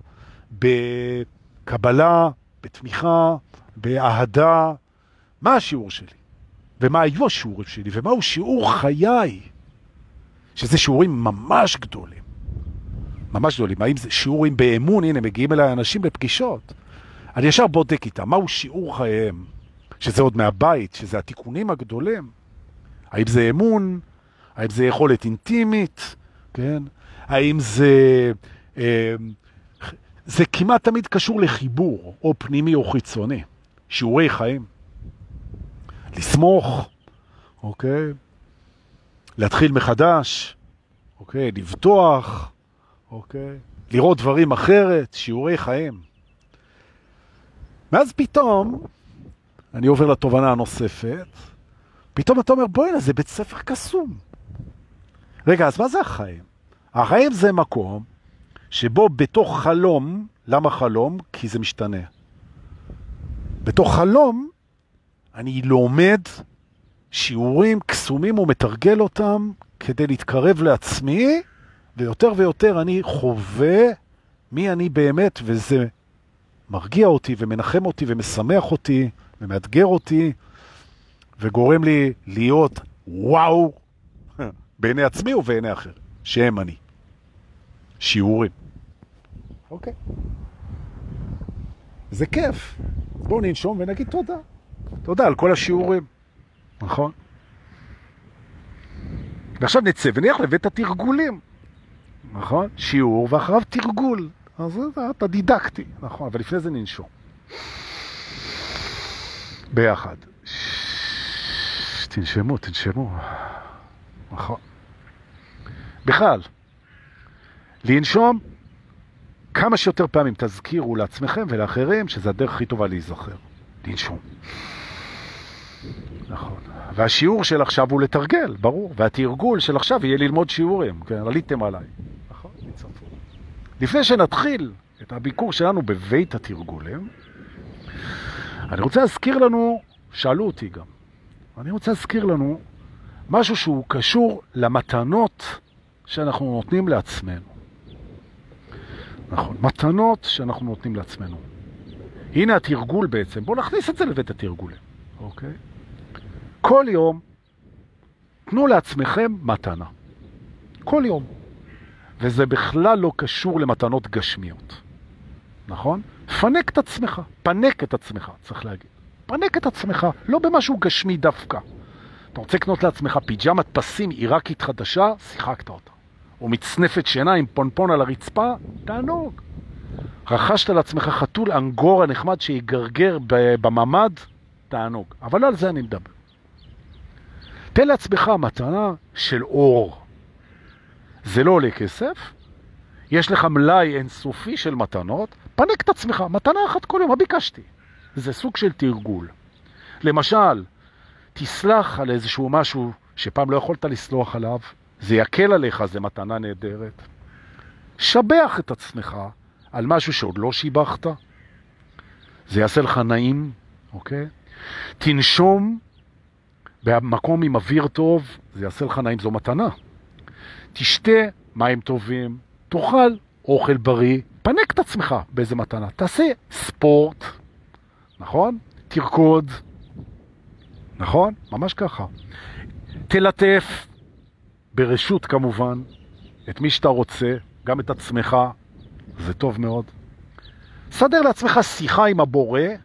בקבלה, בתמיכה, באהדה? מה השיעור שלי? ומה היו השיעורים שלי? ומהו שיעור חיי? שזה שיעורים ממש גדולים. ממש גדולים. האם זה שיעורים באמון? הנה, מגיעים אליי אנשים לפגישות. אני ישר בודק איתם. מהו שיעור חייהם? שזה עוד מהבית, שזה התיקונים הגדולים. האם זה אמון? האם זה יכולת אינטימית? כן? האם זה כמעט תמיד קשור לחיבור, או פנימי או חיצוני. שיעורי חיים. לסמוך, אוקיי? להתחיל מחדש, אוקיי? לבטוח, אוקיי? לראות דברים אחרת, שיעורי חיים. ואז פתאום, אני עובר לתובנה הנוספת, פתאום אתה אומר, בואי, זה בית ספר קסום. רגע, אז מה זה החיים? החיים זה מקום שבו בתוך חלום, למה חלום? כי זה משתנה. בתוך חלום, אני לומד שיעורים קסומים ומתרגל אותם כדי להתקרב לעצמי, ויותר ויותר אני חווה מי אני באמת, וזה מרגיע אותי ומנחם אותי ומשמח אותי ומאתגר אותי, וגורם לי להיות וואו בעיני עצמי ובעיני אחר, שהם אני. שיעורים. אוקיי. זה כיף. בואו ננשום ונגיד תודה. תודה על כל השיעורים. נכון? ועכשיו נצא ונלך לבית התרגולים. נכון? שיעור ואחריו תרגול. אז אתה דידקטי. נכון, אבל לפני זה ננשום. ביחד. תנשמו, תנשמו. נכון. בכלל, לנשום כמה שיותר פעמים תזכירו לעצמכם ולאחרים שזה הדרך הכי טובה להיזכר. לנשום. נכון. והשיעור של עכשיו הוא לתרגל, ברור. והתרגול של עכשיו יהיה ללמוד שיעורים. כן, עליתם עליי. נכון? נצטרפו. לפני שנתחיל את הביקור שלנו בבית התרגולים, אני רוצה להזכיר לנו, שאלו אותי גם, אני רוצה להזכיר לנו משהו שהוא קשור למתנות שאנחנו נותנים לעצמנו. נכון, מתנות שאנחנו נותנים לעצמנו. הנה התרגול בעצם, בואו נכניס את זה לבית התרגולים. אוקיי? כל יום תנו לעצמכם מתנה. כל יום. וזה בכלל לא קשור למתנות גשמיות. נכון? פנק את עצמך. פנק את עצמך, צריך להגיד. פנק את עצמך, לא במשהו גשמי דווקא. אתה רוצה לקנות לעצמך פיג'מת פסים עיראקית חדשה, שיחקת אותה. או מצנפת שינה עם פונפון על הרצפה, תענוג. רכשת לעצמך חתול אנגורה נחמד שיגרגר בממד, תענוג. אבל לא על זה אני מדבר. תן לעצמך מתנה של אור. זה לא עולה כסף, יש לך מלאי אינסופי של מתנות, פנק את עצמך, מתנה אחת כל יום, מה ביקשתי? זה סוג של תרגול. למשל, תסלח על איזשהו משהו שפעם לא יכולת לסלוח עליו, זה יקל עליך, זה מתנה נהדרת. שבח את עצמך על משהו שעוד לא שיבחת, זה יעשה לך נעים, אוקיי? תנשום במקום עם אוויר טוב, זה יעשה לך נעים, זו מתנה. תשתה מים טובים, תאכל אוכל בריא, פנק את עצמך באיזה מתנה. תעשה ספורט, נכון? תרקוד, נכון? ממש ככה. תלטף, ברשות כמובן, את מי שאתה רוצה, גם את עצמך, זה טוב מאוד. סדר לעצמך שיחה עם הבורא,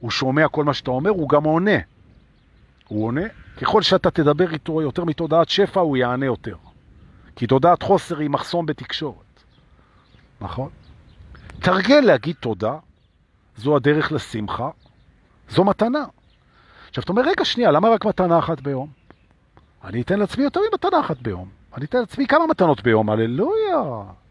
הוא שומע כל מה שאתה אומר, הוא גם עונה. הוא עונה, ככל שאתה תדבר איתו יותר מתודעת שפע, הוא יענה יותר. כי תודעת חוסר היא מחסום בתקשורת. נכון? תרגל להגיד תודה, זו הדרך לשמחה, זו מתנה. עכשיו, אתה אומר, רגע שנייה, למה רק מתנה אחת ביום? אני אתן לעצמי יותר ממתנה אחת ביום. אני אתן לעצמי כמה מתנות ביום, הללויה.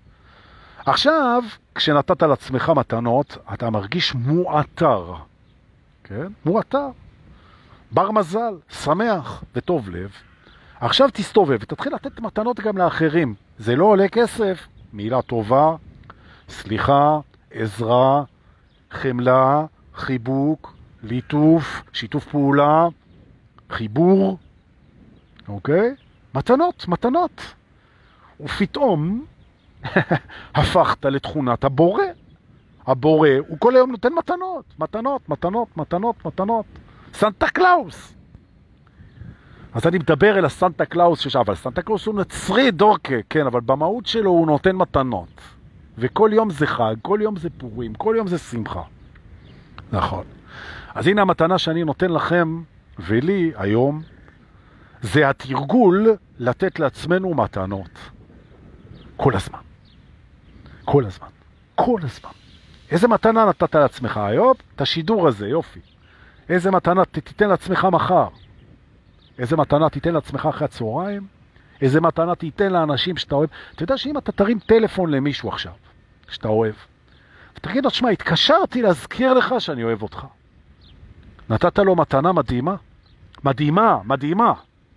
עכשיו, כשנתת לעצמך מתנות, אתה מרגיש מועטר. כן? מועטר. בר מזל, שמח וטוב לב. עכשיו תסתובב ותתחיל לתת מתנות גם לאחרים. זה לא עולה כסף. מילה טובה, סליחה, עזרה, חמלה, חיבוק, ליטוף, שיתוף פעולה, חיבור. אוקיי? מתנות, מתנות. ופתאום הפכת לתכונת הבורא. הבורא, הוא כל היום נותן מתנות, מתנות, מתנות, מתנות, מתנות. סנטה קלאוס. אז אני מדבר אל הסנטה קלאוס, אבל סנטה קלאוס הוא נצרי דורקה, כן, אבל במהות שלו הוא נותן מתנות. וכל יום זה חג, כל יום זה פורים, כל יום זה שמחה. נכון. אז הנה המתנה שאני נותן לכם ולי היום, זה התרגול לתת לעצמנו מתנות. כל הזמן. כל הזמן. כל הזמן. איזה מתנה נתת לעצמך היום? את השידור הזה, יופי. איזה מתנה תיתן לעצמך מחר? איזה מתנה תיתן לעצמך אחרי הצהריים? איזה מתנה תיתן לאנשים שאתה אוהב? אתה יודע שאם אתה תרים טלפון למישהו עכשיו, שאתה אוהב, ותגיד לו, תשמע, התקשרתי להזכיר לך שאני אוהב אותך. נתת לו מתנה מדהימה? מדהימה, מדהימה.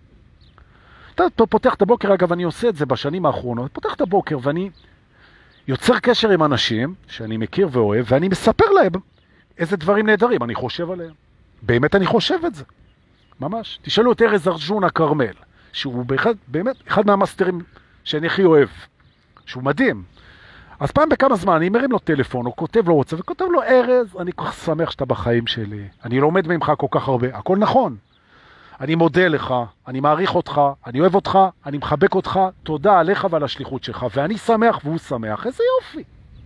אתה פותח את הבוקר, אגב, אני עושה את זה בשנים האחרונות, פותח את הבוקר ואני יוצר קשר עם אנשים שאני מכיר ואוהב, ואני מספר להם איזה דברים נהדרים אני חושב עליהם. באמת אני חושב את זה. ממש. תשאלו את ארז ארג'ונה קרמל, שהוא באמת אחד מהמאסטרים שאני הכי אוהב, שהוא מדהים. אז פעם בכמה זמן אני מרים לו טלפון, או כותב לו רוצה, וכותב לו, ארז, אני כל כך שמח שאתה בחיים שלי. אני לומד ממך כל כך הרבה. הכל נכון. אני מודה לך, אני מעריך אותך, אני אוהב אותך, אני מחבק אותך, תודה עליך ועל השליחות שלך, ואני שמח והוא שמח. איזה יופי.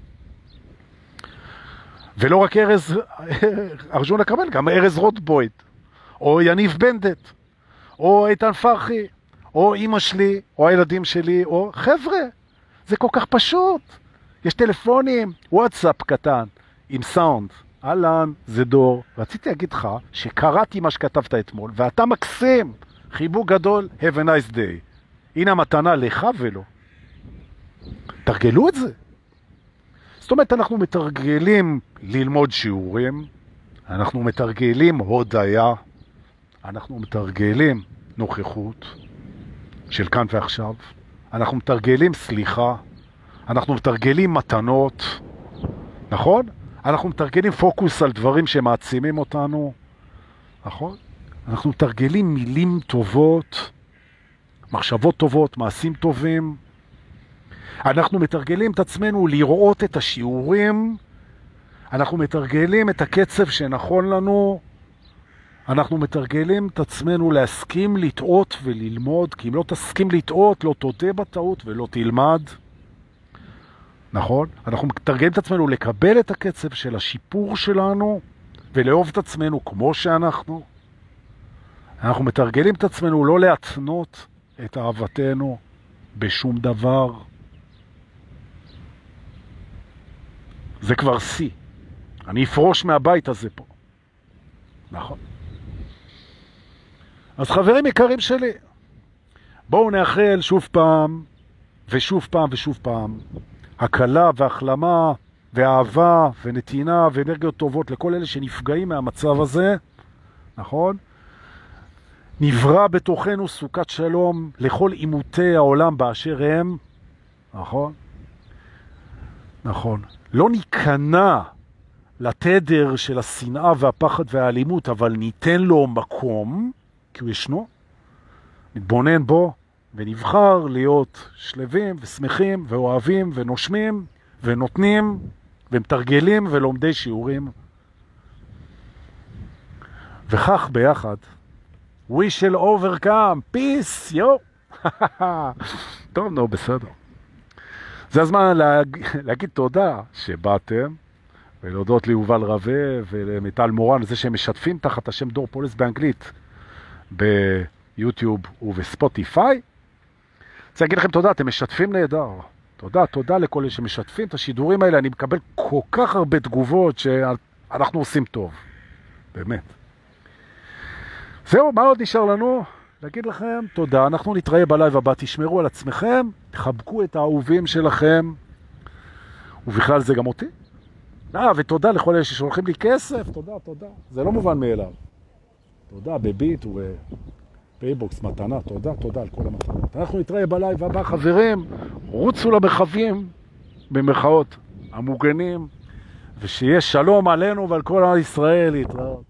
ולא רק ארז ארג'ונה קרמל, גם ארז רוטבויד, או יניב בנדט, או איתן פרחי, או אמא שלי, או הילדים שלי, או חבר'ה, זה כל כך פשוט. יש טלפונים, וואטסאפ קטן, עם סאונד. אלן, זה דור. רציתי להגיד לך שקראתי מה שכתבת אתמול, ואתה מקסים. חיבוק גדול, have a nice day. הנה המתנה לך ולא. תרגלו את זה. זאת אומרת, אנחנו מתרגלים ללמוד שיעורים, אנחנו מתרגלים הודעה, אנחנו מתרגלים נוכחות של כאן ועכשיו, אנחנו מתרגלים סליחה, אנחנו מתרגלים מתנות, נכון? אנחנו מתרגלים פוקוס על דברים שמעצימים אותנו, נכון? אנחנו מתרגלים מילים טובות, מחשבות טובות, מעשים טובים. אנחנו מתרגלים את עצמנו לראות את השיעורים, אנחנו מתרגלים את הקצב שנכון לנו, אנחנו מתרגלים את עצמנו להסכים לטעות וללמוד, כי אם לא תסכים לטעות, לא תודה בטעות ולא תלמד. נכון? אנחנו מתרגלים את עצמנו לקבל את הקצב של השיפור שלנו, ולאהוב את עצמנו כמו שאנחנו. אנחנו מתרגלים את עצמנו לא להתנות את אהבתנו בשום דבר. זה כבר C. אני אפרוש מהבית הזה פה. נכון. אז חברים יקרים שלי, בואו נאחל שוב פעם, ושוב פעם ושוב פעם, הקלה והחלמה ואהבה ונתינה ואנרגיות טובות לכל אלה שנפגעים מהמצב הזה, נכון? נברא בתוכנו סוכת שלום לכל עימותי העולם באשר הם, נכון? נכון. לא ניכנע לתדר של השנאה והפחד והאלימות, אבל ניתן לו מקום, כי הוא ישנו, נתבונן בו, ונבחר להיות שלבים ושמחים ואוהבים ונושמים ונותנים ומתרגלים ולומדי שיעורים. וכך ביחד, we shall overcome, peace, יו. טוב, נו, בסדר. זה הזמן להגיד תודה שבאתם, ולהודות ליובל רווה ולמיטל מורן, זה שהם משתפים תחת השם דור פולס באנגלית ביוטיוב ובספוטיפיי. רוצה להגיד לכם תודה, אתם משתפים נהדר. תודה לכל אלה שמשתפים את השידורים האלה. אני מקבל כל כך הרבה תגובות שאנחנו עושים טוב. באמת. זהו, מה עוד נשאר לנו? להגיד לכם תודה, אנחנו נתראה בלייב הבא, תשמרו על עצמכם, תחבקו את האהובים שלכם, ובכלל זה גם אותי. ותודה לכל אלה ששולחים לי כסף, תודה. זה לא מובן מאליו. תודה בביט ובפייבוקס מתנה, תודה על כל המתנות. אנחנו נתראה בלייב הבא, חברים, רוצו למרחבים, במרכאות, המוגנים, ושיהיה שלום עלינו ועל כל ישראל להתראות.